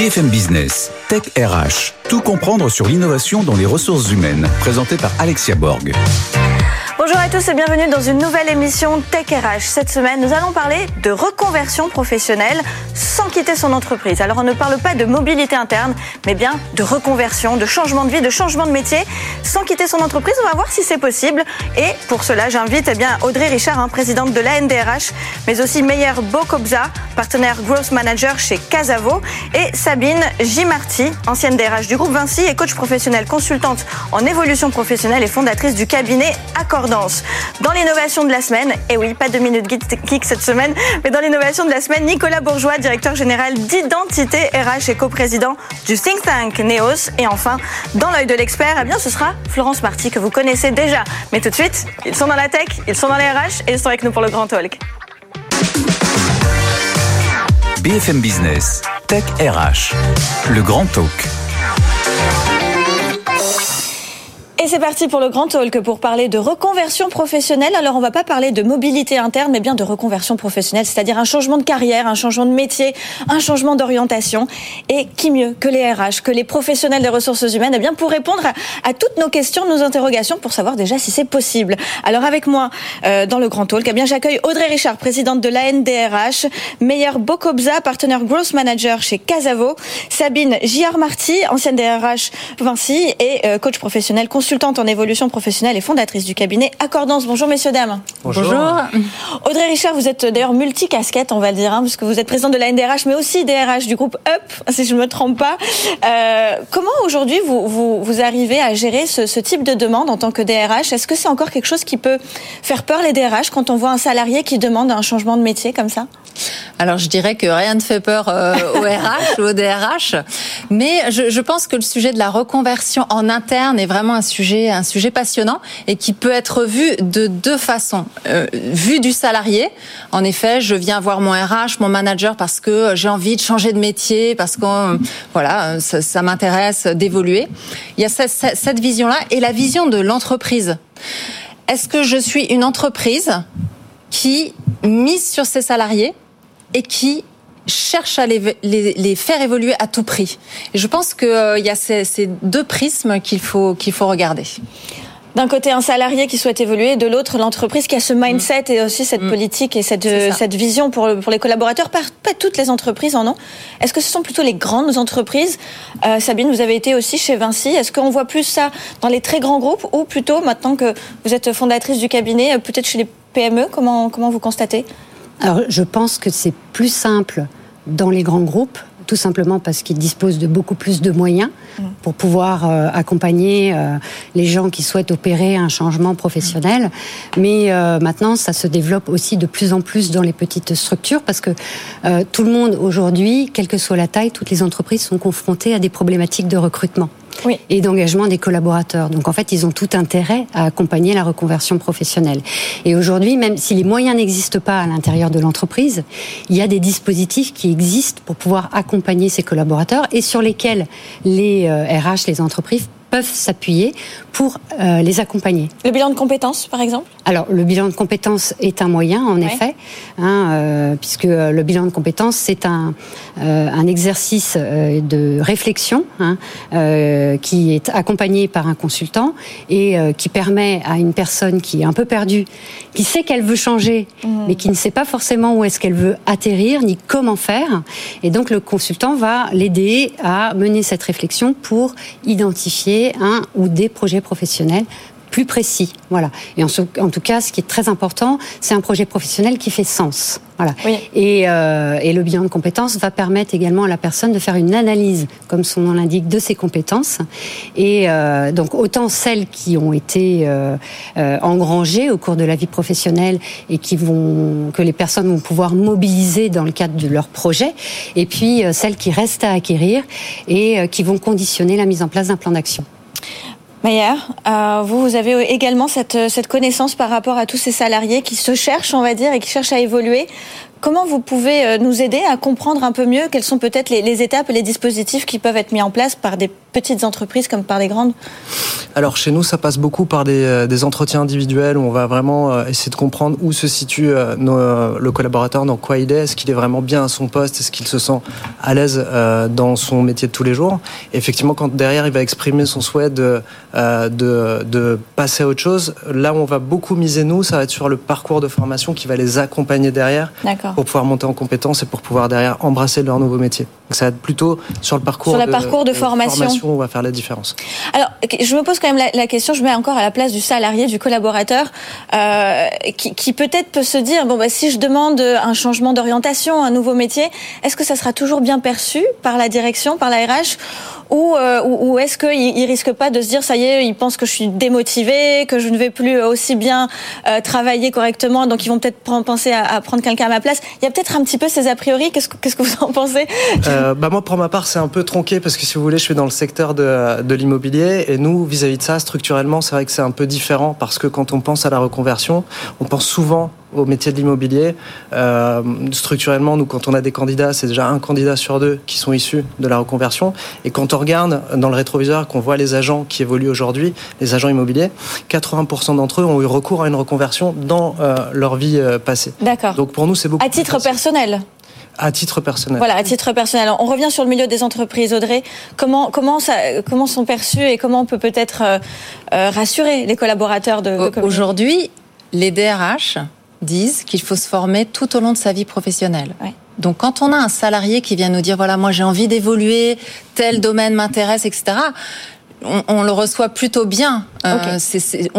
BFM Business, Tech RH, tout comprendre sur l'innovation dans les ressources humaines, présenté par Alexia Borg. Bonjour à tous et bienvenue dans une nouvelle émission Tech RH. Cette semaine, nous allons parler de reconversion professionnelle sans quitter son entreprise. Alors on ne parle pas de mobilité interne, mais bien de reconversion, de changement de vie, de changement de métier sans quitter son entreprise. On va voir si c'est possible. Et pour cela, j'invite Audrey Richard, présidente de l'ANDRH, mais aussi Meyer Bokobza, partenaire Growth Manager chez Casavo, et Sabine Gimarty, ancienne DRH du groupe Vinci et coach professionnel consultante en évolution professionnelle et fondatrice du cabinet Accordance. Dans l'innovation de la semaine, et oui, pas de minute geek cette semaine, mais dans l'innovation de la semaine, Nicolas Bourgeois, directeur général d'identité RH et coprésident du think tank Neos. Et enfin, dans l'œil de l'expert, ce sera Florence Marty, que vous connaissez déjà. Mais tout de suite, ils sont dans la tech, ils sont dans les RH et ils sont avec nous pour le Grand Talk. BFM Business, Tech RH, le Grand Talk. Et c'est parti pour le Grand Talk pour parler de reconversion professionnelle. Alors on va pas parler de mobilité interne, mais bien de reconversion professionnelle, c'est-à-dire un changement de carrière, un changement de métier, un changement d'orientation. Et qui mieux que les RH, que les professionnels des ressources humaines, pour répondre à toutes nos questions, nos interrogations, pour savoir déjà si c'est possible. Alors avec moi dans le Grand Talk, j'accueille Audrey Richard, présidente de l'ANDRH, Meyer Bokobza, partenaire Growth Manager chez Casavo, Sabine Gimarty, ancienne DRH Vinci et coach professionnel consultante en évolution professionnelle et fondatrice du cabinet Accordance. Bonjour messieurs, dames. Bonjour. Audrey Richard, vous êtes d'ailleurs multicasquette, on va le dire, parce que vous êtes présidente de la NDRH, mais aussi DRH du groupe Up, si je ne me trompe pas. Comment aujourd'hui vous arrivez à gérer ce type de demande en tant que DRH ? Est-ce que c'est encore quelque chose qui peut faire peur les DRH quand on voit un salarié qui demande un changement de métier comme ça ? Alors je dirais que rien ne fait peur au RH ou au DRH, mais je pense que le sujet de la reconversion en interne est vraiment un sujet passionnant et qui peut être vu de deux façons. Vu du salarié, en effet, je viens voir mon RH, mon manager parce que j'ai envie de changer de métier, parce que ça m'intéresse d'évoluer. Il y a cette vision-là et la vision de l'entreprise. Est-ce que je suis une entreprise qui mise sur ses salariés et qui cherche à les faire évoluer à tout prix. Et je pense qu'il y a ces deux prismes qu'il faut regarder. D'un côté, un salarié qui souhaite évoluer, de l'autre, l'entreprise qui a ce mindset et aussi cette politique et cette vision pour les collaborateurs. Pas toutes les entreprises en ont. Est-ce que ce sont plutôt les grandes entreprises ? Sabine, vous avez été aussi chez Vinci. Est-ce qu'on voit plus ça dans les très grands groupes ou plutôt, maintenant que vous êtes fondatrice du cabinet, peut-être chez les PME ? Comment vous constatez ? Alors, je pense que c'est plus simple dans les grands groupes, tout simplement parce qu'ils disposent de beaucoup plus de moyens pour pouvoir accompagner les gens qui souhaitent opérer un changement professionnel. Mais maintenant, ça se développe aussi de plus en plus dans les petites structures parce que tout le monde aujourd'hui, quelle que soit la taille, toutes les entreprises sont confrontées à des problématiques de recrutement. Oui. Et d'engagement des collaborateurs. Donc en fait, ils ont tout intérêt à accompagner la reconversion professionnelle. Et aujourd'hui, même si les moyens n'existent pas à l'intérieur de l'entreprise, il y a des dispositifs qui existent pour pouvoir accompagner ces collaborateurs et sur lesquels les RH, les entreprises peuvent s'appuyer pour les accompagner. Le bilan de compétences, par exemple ? Alors, le bilan de compétences est un moyen, en effet, puisque le bilan de compétences, c'est un exercice de réflexion qui est accompagné par un consultant et qui permet à une personne qui est un peu perdue, qui sait qu'elle veut changer, mais qui ne sait pas forcément où est-ce qu'elle veut atterrir, ni comment faire. Et donc, le consultant va l'aider à mener cette réflexion pour identifier un ou des projets professionnels plus précis, voilà. Et en tout cas, ce qui est très important, c'est un projet professionnel qui fait sens, voilà. Oui. Et le bilan de compétences va permettre également à la personne de faire une analyse, comme son nom l'indique, de ses compétences. Et donc autant celles qui ont été engrangées au cours de la vie professionnelle et que les personnes vont pouvoir mobiliser dans le cadre de leur projet, et puis celles qui restent à acquérir et qui vont conditionner la mise en place d'un plan d'action. Meyer, vous avez également cette connaissance par rapport à tous ces salariés qui se cherchent, on va dire, et qui cherchent à évoluer. Comment vous pouvez nous aider à comprendre un peu mieux quelles sont peut-être les étapes et les dispositifs qui peuvent être mis en place par des petites entreprises comme par des grandes ? Alors chez nous, ça passe beaucoup par des entretiens individuels où on va vraiment essayer de comprendre où se situe le collaborateur, dans quoi il est, est-ce qu'il est vraiment bien à son poste, est-ce qu'il se sent à l'aise dans son métier de tous les jours. Et effectivement, quand derrière il va exprimer son souhait de passer à autre chose, là où on va beaucoup miser nous, ça va être sur le parcours de formation qui va les accompagner derrière. D'accord. Pour pouvoir monter en compétences et pour pouvoir derrière embrasser leur nouveau métier. Donc ça va être plutôt sur le parcours, de formation où on va faire la différence. Alors, je me pose quand même la question, je mets encore à la place du salarié, du collaborateur, qui peut-être peut se dire, si je demande un changement d'orientation, un nouveau métier, est-ce que ça sera toujours bien perçu par la direction, par la RH, ou est-ce qu'il risque pas de se dire, ça y est, ils pensent que je suis démotivée, que je ne vais plus aussi bien travailler correctement, donc ils vont peut-être penser à prendre quelqu'un à ma place. Il y a peut-être un petit peu ces a priori. Qu'est-ce que vous en pensez ? Moi, pour ma part, c'est un peu tronqué parce que si vous voulez, je suis dans le secteur de l'immobilier et nous, vis-à-vis de ça, structurellement, c'est vrai que c'est un peu différent parce que quand on pense à la reconversion, on pense souvent au métier de l'immobilier. Structurellement, nous, quand on a des candidats, c'est déjà 1 candidat sur 2 qui sont issus de la reconversion. Et quand on regarde dans le rétroviseur, qu'on voit les agents qui évoluent aujourd'hui, les agents immobiliers, 80% d'entre eux ont eu recours à une reconversion dans leur vie passée. D'accord. Donc pour nous, c'est beaucoup. À titre personnel. À titre personnel. Voilà, à titre personnel. On revient sur le milieu des entreprises, Audrey. Comment sont perçus et comment on peut peut-être rassurer les collaborateurs de Aujourd'hui, les DRH disent qu'il faut se former tout au long de sa vie professionnelle. Ouais. Donc, quand on a un salarié qui vient nous dire, voilà, moi j'ai envie d'évoluer, tel domaine m'intéresse, etc., on le reçoit plutôt bien. Okay.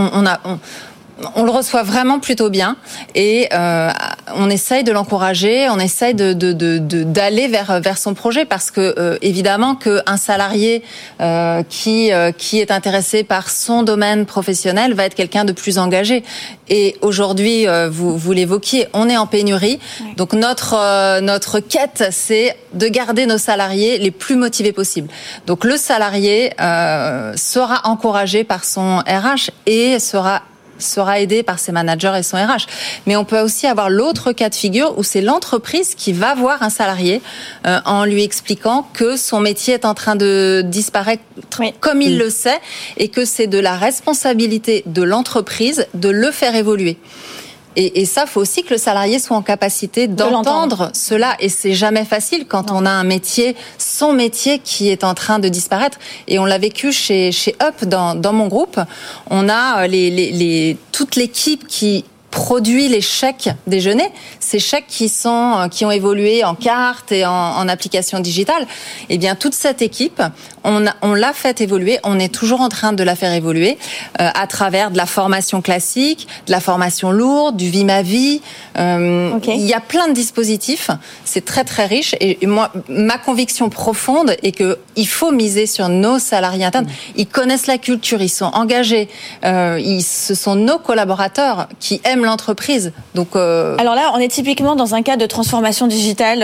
On le reçoit vraiment plutôt bien et on essaye de l'encourager, on essaye d'aller vers son projet parce que évidemment qu'un salarié qui est intéressé par son domaine professionnel va être quelqu'un de plus engagé. Et aujourd'hui, vous l'évoquiez, on est en pénurie. Oui. Donc notre quête, c'est de garder nos salariés les plus motivés possibles. Donc le salarié sera encouragé par son RH et sera aidé par ses managers et son RH. Mais on peut aussi avoir l'autre cas de figure où c'est l'entreprise qui va voir un salarié en lui expliquant que son métier est en train de disparaître comme il le sait et que c'est de la responsabilité de l'entreprise de le faire évoluer. Et ça, faut aussi que le salarié soit en capacité d'entendre cela. Et c'est jamais facile quand on a un métier, son métier qui est en train de disparaître. Et on l'a vécu chez Up dans mon groupe. On a toute l'équipe qui produit les chèques déjeuner, ces chèques qui ont évolué en carte et en application digitale. Eh bien, toute cette équipe, on l'a fait évoluer, on est toujours en train de la faire évoluer à travers de la formation classique, de la formation lourde, du vie ma vie. Okay. Il y a plein de dispositifs, c'est très très riche. Et moi, ma conviction profonde est que il faut miser sur nos salariés internes. Ils connaissent la culture, ils sont engagés, ce sont nos collaborateurs qui aiment l'entreprise. Donc, alors là, on est typiquement dans un cas de transformation digitale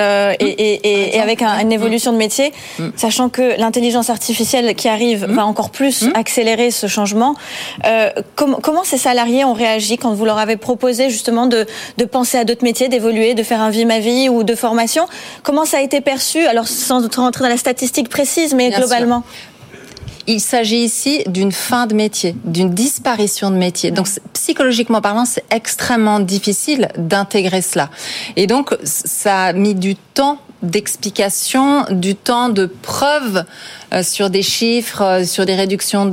et avec une évolution de métier, sachant que l'intelligence artificielle qui arrive va encore plus accélérer ce changement. Comment ces salariés ont réagi quand vous leur avez proposé justement de penser à d'autres métiers, d'évoluer, de faire un vie ma vie ou de formation? Comment ça a été perçu? Alors, sans rentrer dans la statistique précise, mais bien globalement. Sûr. Il s'agit ici d'une fin de métier, d'une disparition de métier. Donc, psychologiquement parlant, c'est extrêmement difficile d'intégrer cela. Et donc, ça a mis du temps d'explication, du temps de preuve sur des chiffres, sur des réductions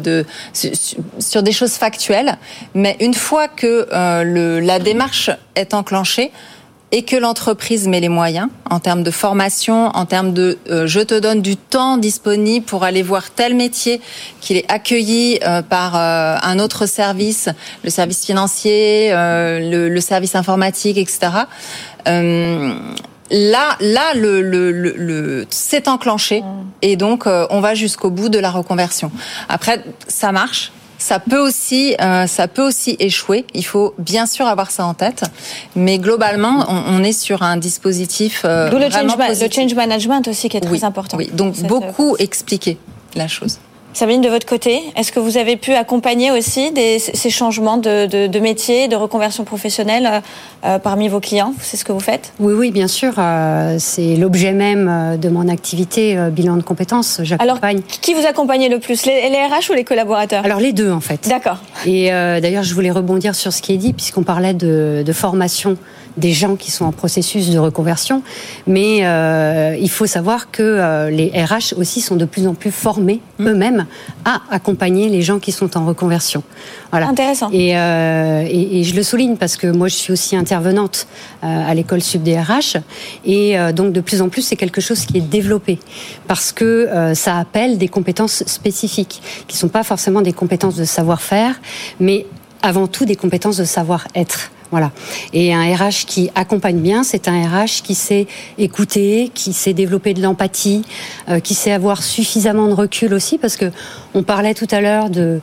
sur des choses factuelles. Mais une fois que la démarche est enclenchée, et que l'entreprise met les moyens en termes de formation, en termes de je te donne du temps disponible pour aller voir tel métier, qu'il est accueilli par un autre service, le service financier, le service informatique, etc. Là, c'est enclenché et donc on va jusqu'au bout de la reconversion. Après, ça marche. Ça peut aussi échouer. Il faut bien sûr avoir ça en tête. Mais globalement, on est sur un dispositif d'où le change management aussi qui est très important. Oui. Donc beaucoup expliquer la chose. Sabine, de votre côté, est-ce que vous avez pu accompagner aussi ces changements de métier, de reconversion professionnelle parmi vos clients? C'est ce que vous faites? Oui, bien sûr. C'est l'objet même de mon activité bilan de compétences. J'accompagne. Alors, qui vous accompagnez le plus, les RH ou les collaborateurs? Alors, les deux, en fait. D'accord. Et d'ailleurs, je voulais rebondir sur ce qui est dit, puisqu'on parlait de formation des gens qui sont en processus de reconversion. Mais il faut savoir que les RH aussi sont de plus en plus formés eux-mêmes à accompagner les gens qui sont en reconversion. Voilà. Intéressant. Et je le souligne parce que moi, je suis aussi intervenante à l'école Sup des RH. Et donc, de plus en plus, c'est quelque chose qui est développé parce que ça appelle des compétences spécifiques qui ne sont pas forcément des compétences de savoir-faire, mais avant tout des compétences de savoir-être. Voilà. Et un RH qui accompagne bien, c'est un RH qui sait écouter, qui sait développer de l'empathie, qui sait avoir suffisamment de recul aussi, parce que on parlait tout à l'heure de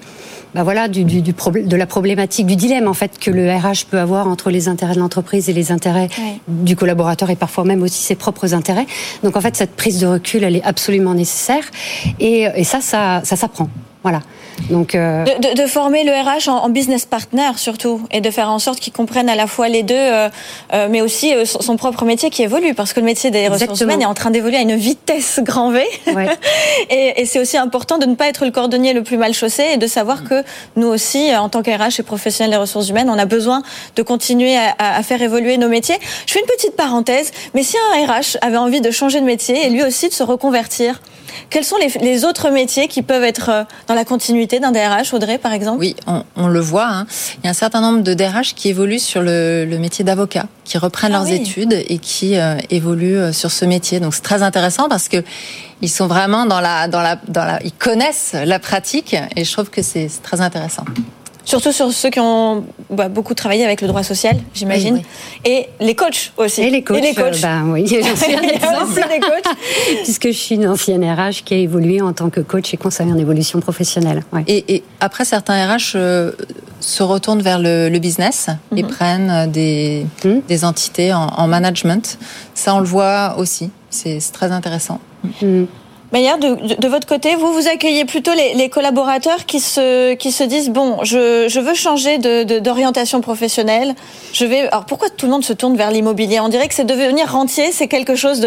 la problématique, du dilemme en fait que le RH peut avoir entre les intérêts de l'entreprise et les intérêts du collaborateur et parfois même aussi ses propres intérêts. Donc en fait cette prise de recul, elle est absolument nécessaire et ça s'apprend. Voilà. Donc de former le RH en business partner surtout et de faire en sorte qu'il comprenne à la fois les deux, mais aussi son propre métier qui évolue parce que le métier des ressources humaines est en train d'évoluer à une vitesse grand V. Ouais. et c'est aussi important de ne pas être le cordonnier le plus mal chaussé et de savoir que nous aussi, en tant qu'RH et professionnels des ressources humaines, on a besoin de continuer à faire évoluer nos métiers. Je fais une petite parenthèse, mais si un RH avait envie de changer de métier et lui aussi de se reconvertir, quels sont les autres métiers qui peuvent être dans la continuité d'un DRH, Audrey, par exemple? Oui, on le voit. Hein. Il y a un certain nombre de DRH qui évoluent sur le métier d'avocat, qui reprennent leurs études et qui évoluent sur ce métier. Donc c'est très intéressant parce que ils sont vraiment ils connaissent la pratique et je trouve que c'est très intéressant. Surtout sur ceux qui ont beaucoup travaillé avec le droit social, j'imagine. Oui. Et les coachs aussi. Et les coachs. Oui, j'en suis un exemple. Des coachs. Puisque je suis une ancienne RH qui a évolué en tant que coach et conseiller en évolution professionnelle. Ouais. Et après, certains RH se retournent vers le business et prennent des entités en management. Ça, on le voit aussi. C'est très intéressant. D'ailleurs, de votre côté, vous accueillez plutôt les collaborateurs qui se disent bon, je veux changer d'orientation professionnelle. Alors pourquoi tout le monde se tourne vers l'immobilier? On dirait que c'est devenir rentier, c'est quelque chose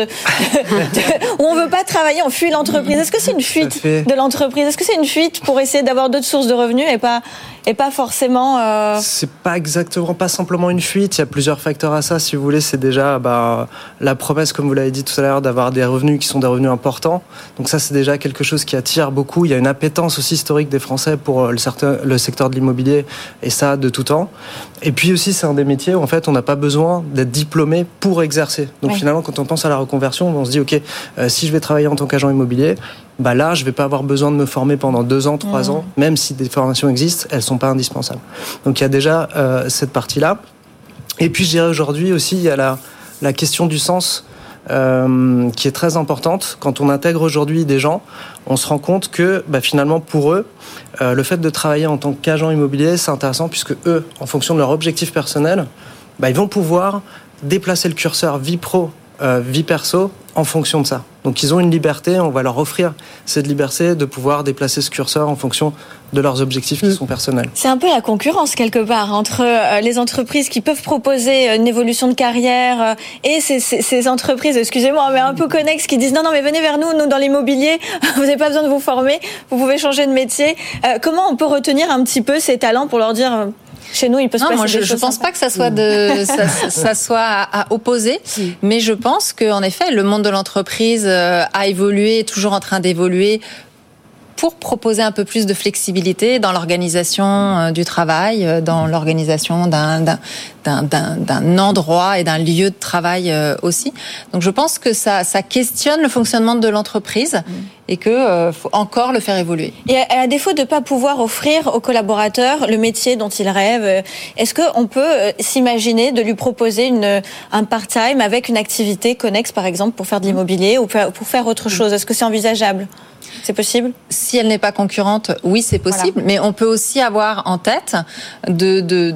où on veut pas travailler, on fuit l'entreprise. Est-ce que c'est une fuite de l'entreprise? Est-ce que c'est une fuite pour essayer d'avoir d'autres sources de revenus et pas forcément C'est pas simplement une fuite, il y a plusieurs facteurs à ça. Si vous voulez, c'est déjà la promesse, comme vous l'avez dit tout à l'heure, d'avoir des revenus qui sont des revenus importants. Donc ça, c'est déjà quelque chose qui attire beaucoup. Il y a une appétence aussi historique des Français pour le secteur de l'immobilier, et ça de tout temps. Et puis aussi, c'est un des métiers où en fait, on n'a pas besoin d'être diplômé pour exercer. Donc finalement, quand on pense à la reconversion, on se dit ok, si je vais travailler en tant qu'agent immobilier, là, je vais pas avoir besoin de me former pendant 2 ans, 3 ans, même si des formations existent, elles sont pas indispensables. Donc il y a déjà cette partie-là. Et puis je dirais aujourd'hui aussi, il y a la question du sens qui est très importante. Quand on intègre aujourd'hui des gens, on se rend compte que finalement pour eux, le fait de travailler en tant qu'agent immobilier, c'est intéressant puisque eux, en fonction de leur objectif personnel, ils vont pouvoir déplacer le curseur vie pro, vie perso en fonction de ça. Donc ils ont une liberté, on va leur offrir cette liberté de pouvoir déplacer ce curseur en fonction de leurs objectifs qui sont personnels. C'est un peu la concurrence quelque part entre les entreprises qui peuvent proposer une évolution de carrière et ces entreprises, excusez-moi, mais un peu connexes qui disent non mais venez vers nous dans l'immobilier, vous n'avez pas besoin de vous former, vous pouvez changer de métier. Comment on peut retenir un petit peu ces talents pour leur dire chez nous, il peut se passer des choses. Je pense pas que ça soit ça soit à opposer, mais je pense que en effet, le monde de l'entreprise a évolué, est toujours en train d'évoluer pour proposer un peu plus de flexibilité dans l'organisation du travail, dans l'organisation d'un endroit et d'un lieu de travail aussi. Donc je pense que ça questionne le fonctionnement de l'entreprise et que faut encore le faire évoluer. Et à défaut de pas pouvoir offrir aux collaborateurs le métier dont ils rêvent, est-ce qu'on peut s'imaginer de lui proposer un part-time avec une activité connexe par exemple pour faire de l'immobilier ou pour faire autre chose? Est-ce que c'est envisageable? C'est possible? Si elle n'est pas concurrente, oui, c'est possible. Voilà. Mais on peut aussi avoir en tête de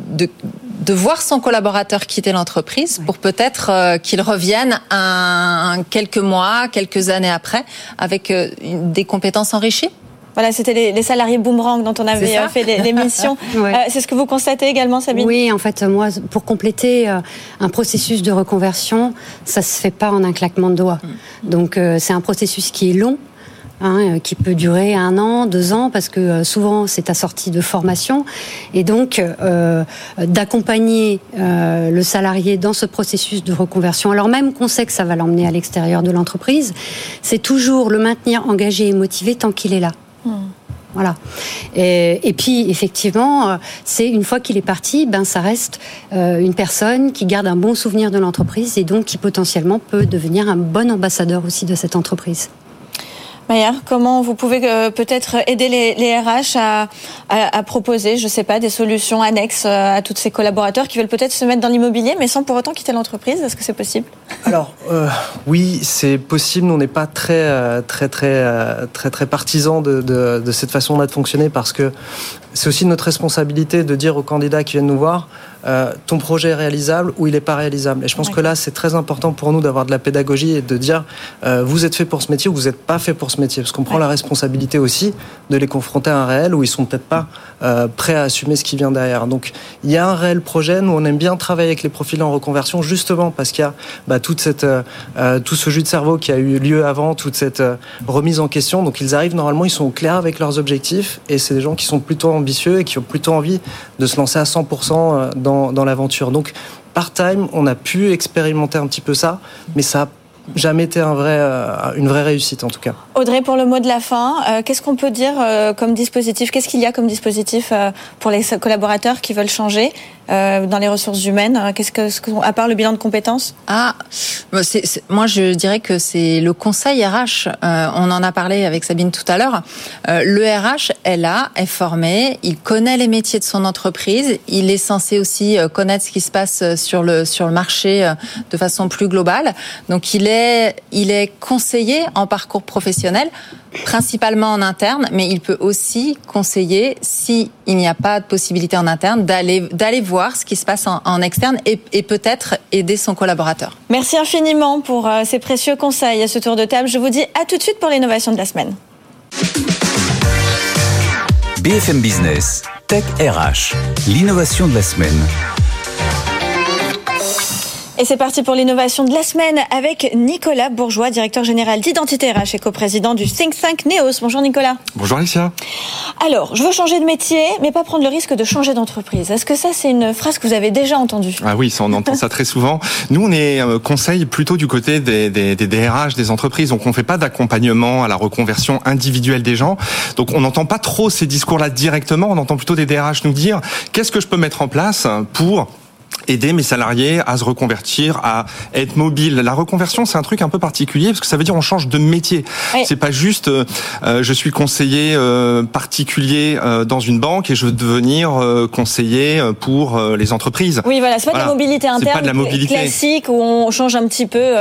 voir son collaborateur quitter l'entreprise pour peut-être qu'il revienne quelques mois, quelques années après avec des compétences enrichies. Voilà, c'était les salariés boomerang dont on avait fait l'émission. Ouais. C'est ce que vous constatez également, Sabine ? Oui, en fait, moi, pour compléter un processus de reconversion, ça se fait pas en un claquement de doigts. Donc, c'est un processus qui est long. Qui peut durer 1 an, 2 ans, parce que souvent c'est assorti de formation, et donc d'accompagner le salarié dans ce processus de reconversion, alors même qu'on sait que ça va l'emmener à l'extérieur de l'entreprise, c'est toujours le maintenir engagé et motivé tant qu'il est là. Voilà. Et puis effectivement, c'est une fois qu'il est parti, ça reste une personne qui garde un bon souvenir de l'entreprise et donc qui potentiellement peut devenir un bon ambassadeur aussi de cette entreprise. Maillard, comment vous pouvez peut-être aider les RH à proposer, je sais pas, des solutions annexes à tous ces collaborateurs qui veulent peut-être se mettre dans l'immobilier, mais sans pour autant quitter l'entreprise ? Est-ce que c'est possible ? Alors, oui, c'est possible. Nous, on n'est pas très partisans de cette façon-là de fonctionner, parce que c'est aussi notre responsabilité de dire aux candidats qui viennent nous voir, ton projet est réalisable ou il n'est pas réalisable. Et je pense que là, c'est très important pour nous d'avoir de la pédagogie et de dire, vous êtes fait pour ce métier ou vous n'êtes pas fait pour ce métier. Parce qu'on prend la responsabilité aussi de les confronter à un réel où ils sont peut-être pas prêts à assumer ce qui vient derrière. Donc, il y a un réel projet. Nous, on aime bien travailler avec les profils en reconversion, justement parce qu'il y a tout ce jus de cerveau qui a eu lieu avant, toute cette remise en question. Donc, ils arrivent normalement, ils sont au clair avec leurs objectifs, et c'est des gens qui sont plutôt ambitieux et qui ont plutôt envie de se lancer à 100% dans l'aventure. Donc, part-time, on a pu expérimenter un petit peu ça, mais ça n'a jamais été une vraie réussite en tout cas. Audrey, pour le mot de la fin, qu'est-ce qu'on peut dire comme dispositif ? Qu'est-ce qu'il y a comme dispositif pour les collaborateurs qui veulent changer dans les ressources humaines ? À part le bilan de compétences ? Moi, je dirais que c'est le conseil RH. On en a parlé avec Sabine tout à l'heure. Le RH est formé, il connaît les métiers de son entreprise, il est censé aussi connaître ce qui se passe sur le marché de façon plus globale. Donc, il est conseillé en parcours professionnel, principalement en interne, mais il peut aussi conseiller, s'il n'y a pas de possibilité en interne, d'aller voir ce qui se passe en externe et peut-être aider son collaborateur. Merci infiniment pour ces précieux conseils à ce tour de table. Je vous dis à tout de suite pour l'innovation de la semaine. BFM Business, Tech RH, l'innovation de la semaine. Et c'est parti pour l'innovation de la semaine avec Nicolas Bourgeois, directeur général d'Identité RH et coprésident du Think Tank Neos. Bonjour Nicolas. Bonjour Alicia. Alors, je veux changer de métier, mais pas prendre le risque de changer d'entreprise. Est-ce que ça, c'est une phrase que vous avez déjà entendue ? Ah oui, ça, on entend ça très souvent. Nous, on est conseil plutôt du côté des DRH, des entreprises. Donc, on ne fait pas d'accompagnement à la reconversion individuelle des gens. Donc, on n'entend pas trop ces discours-là directement. On entend plutôt des DRH nous dire qu'est-ce que je peux mettre en place pour aider mes salariés à se reconvertir, à être mobiles. La reconversion, c'est un truc un peu particulier parce que ça veut dire on change de métier. Oui. C'est pas juste je suis conseiller particulier dans une banque et je veux devenir conseiller pour les entreprises. Oui, voilà, c'est pas de la mobilité interne classique où on change un petit peu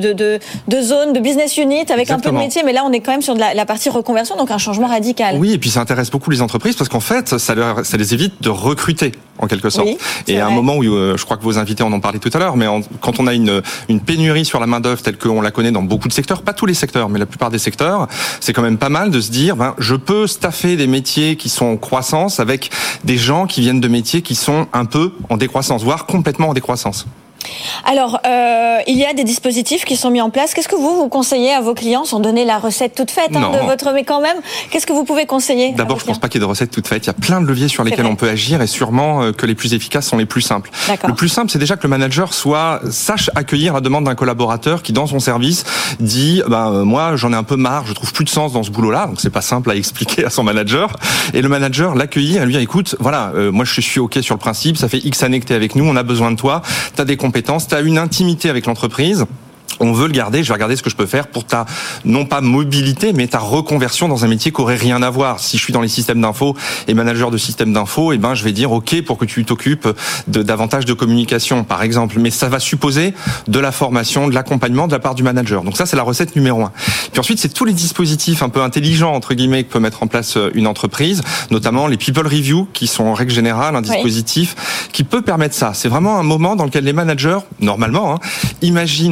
de zone, de business unit avec Exactement. Un peu de métier, mais là on est quand même sur de la partie reconversion, donc un changement radical. Oui, et puis ça intéresse beaucoup les entreprises parce qu'en fait, ça les évite de recruter en quelque sorte. Oui, et à un moment où je crois que vos invités en ont parlé tout à l'heure, mais quand on a une pénurie sur la main-d'œuvre telle qu'on la connaît dans beaucoup de secteurs, pas tous les secteurs, mais la plupart des secteurs, c'est quand même pas mal de se dire, je peux staffer des métiers qui sont en croissance avec des gens qui viennent de métiers qui sont un peu en décroissance, voire complètement en décroissance. Alors, il y a des dispositifs qui sont mis en place. Qu'est-ce que vous conseillez à vos clients, sans donner la recette toute faite de votre, mais quand même, qu'est-ce que vous pouvez conseiller ? D'abord, je pense pas qu'il y ait de recette toute faite. Il y a plein de leviers sur lesquels on peut agir et sûrement que les plus efficaces sont les plus simples. D'accord. Le plus simple, c'est déjà que le manager sache accueillir la demande d'un collaborateur qui, dans son service, dit moi, j'en ai un peu marre, je trouve plus de sens dans ce boulot-là. Donc, c'est pas simple à expliquer à son manager. Et le manager l'accueillir et lui dire, écoute, voilà, moi, je suis OK sur le principe. Ça fait X années que t'es avec nous, on a besoin de toi. T'as des compétences, t'as une intimité avec l'entreprise. On veut le garder, je vais regarder ce que je peux faire pour ta, non pas mobilité, mais ta reconversion dans un métier qui aurait rien à voir. Si je suis dans les systèmes d'info et manager de système d'info, je vais dire OK pour que tu t'occupes davantage de communication, par exemple. Mais ça va supposer de la formation, de l'accompagnement de la part du manager. Donc ça, c'est la recette numéro 1. Puis ensuite, c'est tous les dispositifs un peu intelligents, entre guillemets, que peut mettre en place une entreprise, notamment les people review, qui sont en règle générale un dispositif qui peut permettre ça. C'est vraiment un moment dans lequel les managers, normalement, imaginent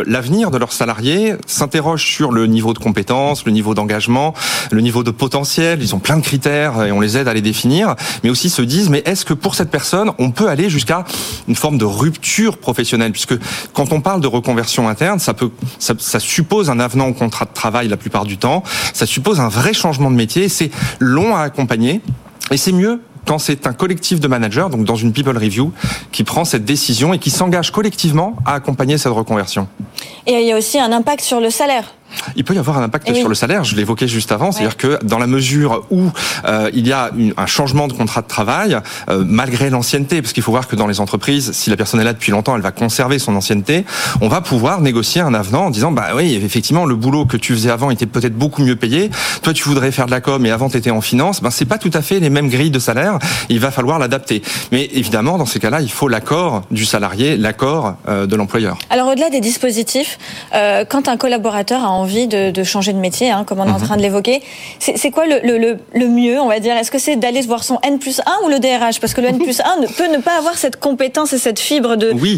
l'avenir de leurs salariés, s'interrogent sur le niveau de compétences, le niveau d'engagement, le niveau de potentiel. Ils ont plein de critères et on les aide à les définir, mais aussi se disent, mais est-ce que pour cette personne, on peut aller jusqu'à une forme de rupture professionnelle, puisque quand on parle de reconversion interne, ça suppose un avenant au contrat de travail la plupart du temps, ça suppose un vrai changement de métier, c'est long à accompagner, et c'est mieux quand c'est un collectif de managers, donc dans une people review, qui prend cette décision et qui s'engage collectivement à accompagner cette reconversion. Et il y a aussi un impact sur le salaire. Il peut y avoir un impact sur le salaire, je l'évoquais juste avant, c'est-à-dire que dans la mesure où il y a un changement de contrat de travail, malgré l'ancienneté, parce qu'il faut voir que dans les entreprises, si la personne est là depuis longtemps, elle va conserver son ancienneté, on va pouvoir négocier un avenant en disant, bah oui, effectivement, le boulot que tu faisais avant était peut-être beaucoup mieux payé, toi tu voudrais faire de la com et avant tu étais en finance, ben c'est pas tout à fait les mêmes grilles de salaire, il va falloir l'adapter. Mais évidemment, dans ces cas-là, il faut l'accord du salarié, l'accord de l'employeur. Alors au-delà des dispositifs, quand un collaborateur a envie de changer de métier, comme on est en train de l'évoquer, c'est quoi le mieux, on va dire? Est-ce que c'est d'aller voir son N+1 ou le DRH? Parce que le N+1 peut ne pas avoir cette compétence et cette fibre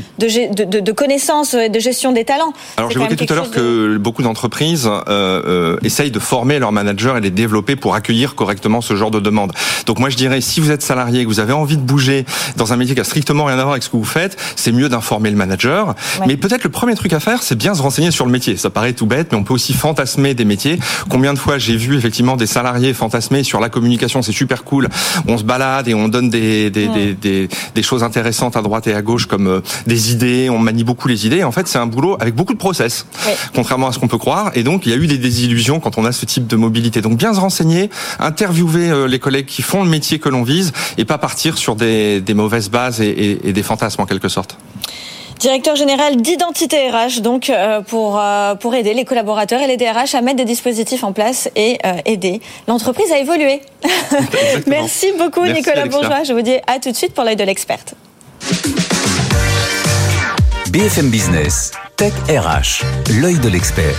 de connaissance et de gestion des talents. Alors j'évoquais tout à l'heure que beaucoup d'entreprises essayent de former leurs managers et les développer pour accueillir correctement ce genre de demande. Donc moi je dirais, si vous êtes salarié, que vous avez envie de bouger dans un métier qui a strictement rien à voir avec ce que vous faites, c'est mieux d'informer le manager. Ouais. Mais peut-être le premier truc à faire, c'est bien se renseigner sur le métier. Ça paraît tout bête, mais on peut aussi fantasmer des métiers. Combien de fois j'ai vu effectivement des salariés fantasmer sur la communication, c'est super cool. On se balade et on donne des choses intéressantes à droite et à gauche comme des idées, on manie beaucoup les idées. En fait, c'est un boulot avec beaucoup de process, contrairement à ce qu'on peut croire. Et donc, il y a eu des désillusions quand on a ce type de mobilité. Donc, bien se renseigner, interviewer les collègues qui font le métier que l'on vise et pas partir sur des mauvaises bases et des fantasmes en quelque sorte. Directeur général d'Identité RH, donc pour aider les collaborateurs et les DRH à mettre des dispositifs en place et aider l'entreprise à évoluer. Merci beaucoup. Merci, Nicolas Alexia. Bourgeois. Je vous dis à tout de suite pour l'œil de l'experte. BFM Business, Tech RH, l'œil de l'expert.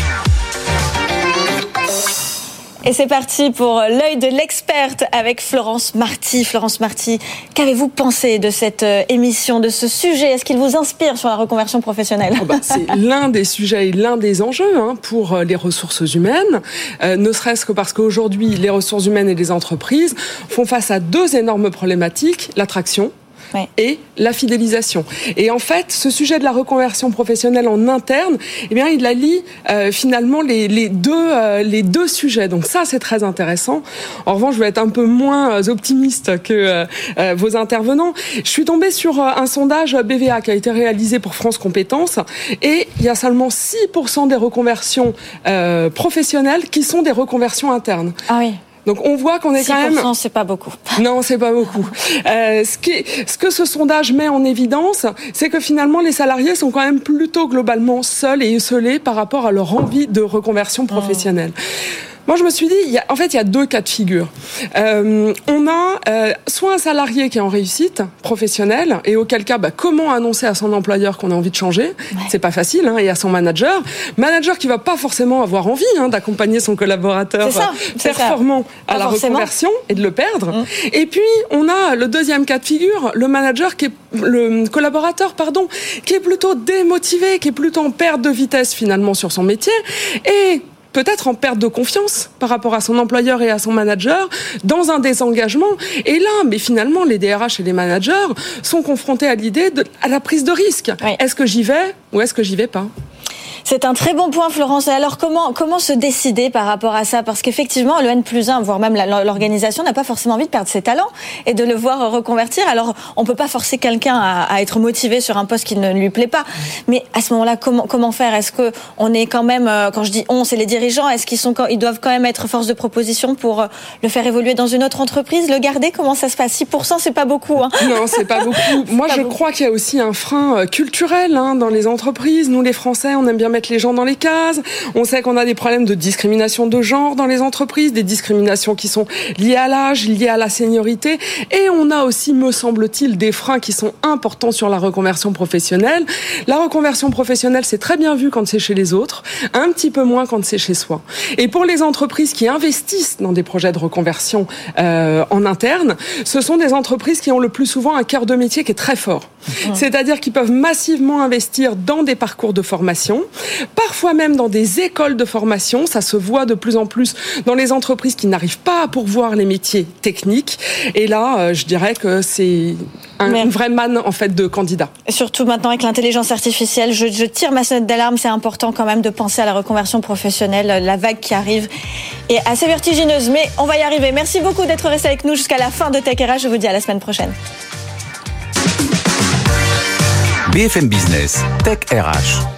Et c'est parti pour l'œil de l'experte avec Florence Marty. Florence Marty, qu'avez-vous pensé de cette émission, de ce sujet? Est-ce qu'il vous inspire sur la reconversion professionnelle? C'est l'un des sujets et l'un des enjeux pour les ressources humaines, ne serait-ce que parce qu'aujourd'hui, les ressources humaines et les entreprises font face à deux énormes problématiques, l'attraction et la fidélisation. Et en fait, ce sujet de la reconversion professionnelle en interne, eh bien, il allie finalement les deux sujets. Donc ça, c'est très intéressant. En revanche, je vais être un peu moins optimiste que vos intervenants. Je suis tombée sur un sondage BVA qui a été réalisé pour France Compétences et il y a seulement 6% des reconversions professionnelles qui sont des reconversions internes. Ah oui. Donc on voit qu'on est quand même... 6%, c'est pas beaucoup. Non, c'est pas beaucoup. Ce que ce sondage met en évidence, c'est que finalement les salariés sont quand même plutôt globalement seuls et isolés par rapport à leur envie de reconversion professionnelle. Moi, je me suis dit, il y a deux cas de figure. On a soit un salarié qui est en réussite professionnelle, et auquel cas, comment annoncer à son employeur qu'on a envie de changer? C'est pas facile, et à son manager qui va pas forcément avoir envie d'accompagner son collaborateur performant à la reconversion et de le perdre. Et puis, on a le deuxième cas de figure, le collaborateur, qui est plutôt démotivé, qui est plutôt en perte de vitesse finalement sur son métier, et peut-être en perte de confiance par rapport à son employeur et à son manager, dans un désengagement. Et là, mais finalement, les DRH et les managers sont confrontés à à la prise de risque. Oui. Est-ce que j'y vais ou est-ce que j'y vais pas ? C'est un très bon point, Florence. Alors, comment se décider par rapport à ça? Parce qu'effectivement, le N+1, voire même l'organisation, n'a pas forcément envie de perdre ses talents et de le voir reconvertir. Alors, on peut pas forcer quelqu'un à être motivé sur un poste qui ne lui plaît pas. Mais à ce moment-là, comment faire? Est-ce que on est quand même, quand je dis on, c'est les dirigeants, est-ce qu'ils doivent quand même être force de proposition pour le faire évoluer dans une autre entreprise, le garder? Comment ça se passe? 6%, c'est pas beaucoup. Non, c'est pas beaucoup. Moi, je crois qu'il y a aussi un frein culturel dans les entreprises. Nous, les Français, on aime bien mettre les gens dans les cases. On sait qu'on a des problèmes de discrimination de genre dans les entreprises, des discriminations qui sont liées à l'âge, liées à la seniorité. Et on a aussi, me semble-t-il, des freins qui sont importants sur la reconversion professionnelle. La reconversion professionnelle, c'est très bien vu quand c'est chez les autres, un petit peu moins quand c'est chez soi. Et pour les entreprises qui investissent dans des projets de reconversion en interne, ce sont des entreprises qui ont le plus souvent un cœur de métier qui est très fort. C'est-à-dire qu'ils peuvent massivement investir dans des parcours de formation, parfois même dans des écoles de formation. Ça se voit de plus en plus dans les entreprises qui n'arrivent pas à pourvoir les métiers techniques. Et là, je dirais que c'est une vraie manne en fait de candidats. Surtout maintenant avec l'intelligence artificielle, je tire ma sonnette d'alarme. C'est important quand même de penser à la reconversion professionnelle. La vague qui arrive est assez vertigineuse, mais on va y arriver. Merci beaucoup d'être resté avec nous jusqu'à la fin de Tech RH. Je vous dis à la semaine prochaine. BFM Business, Tech RH.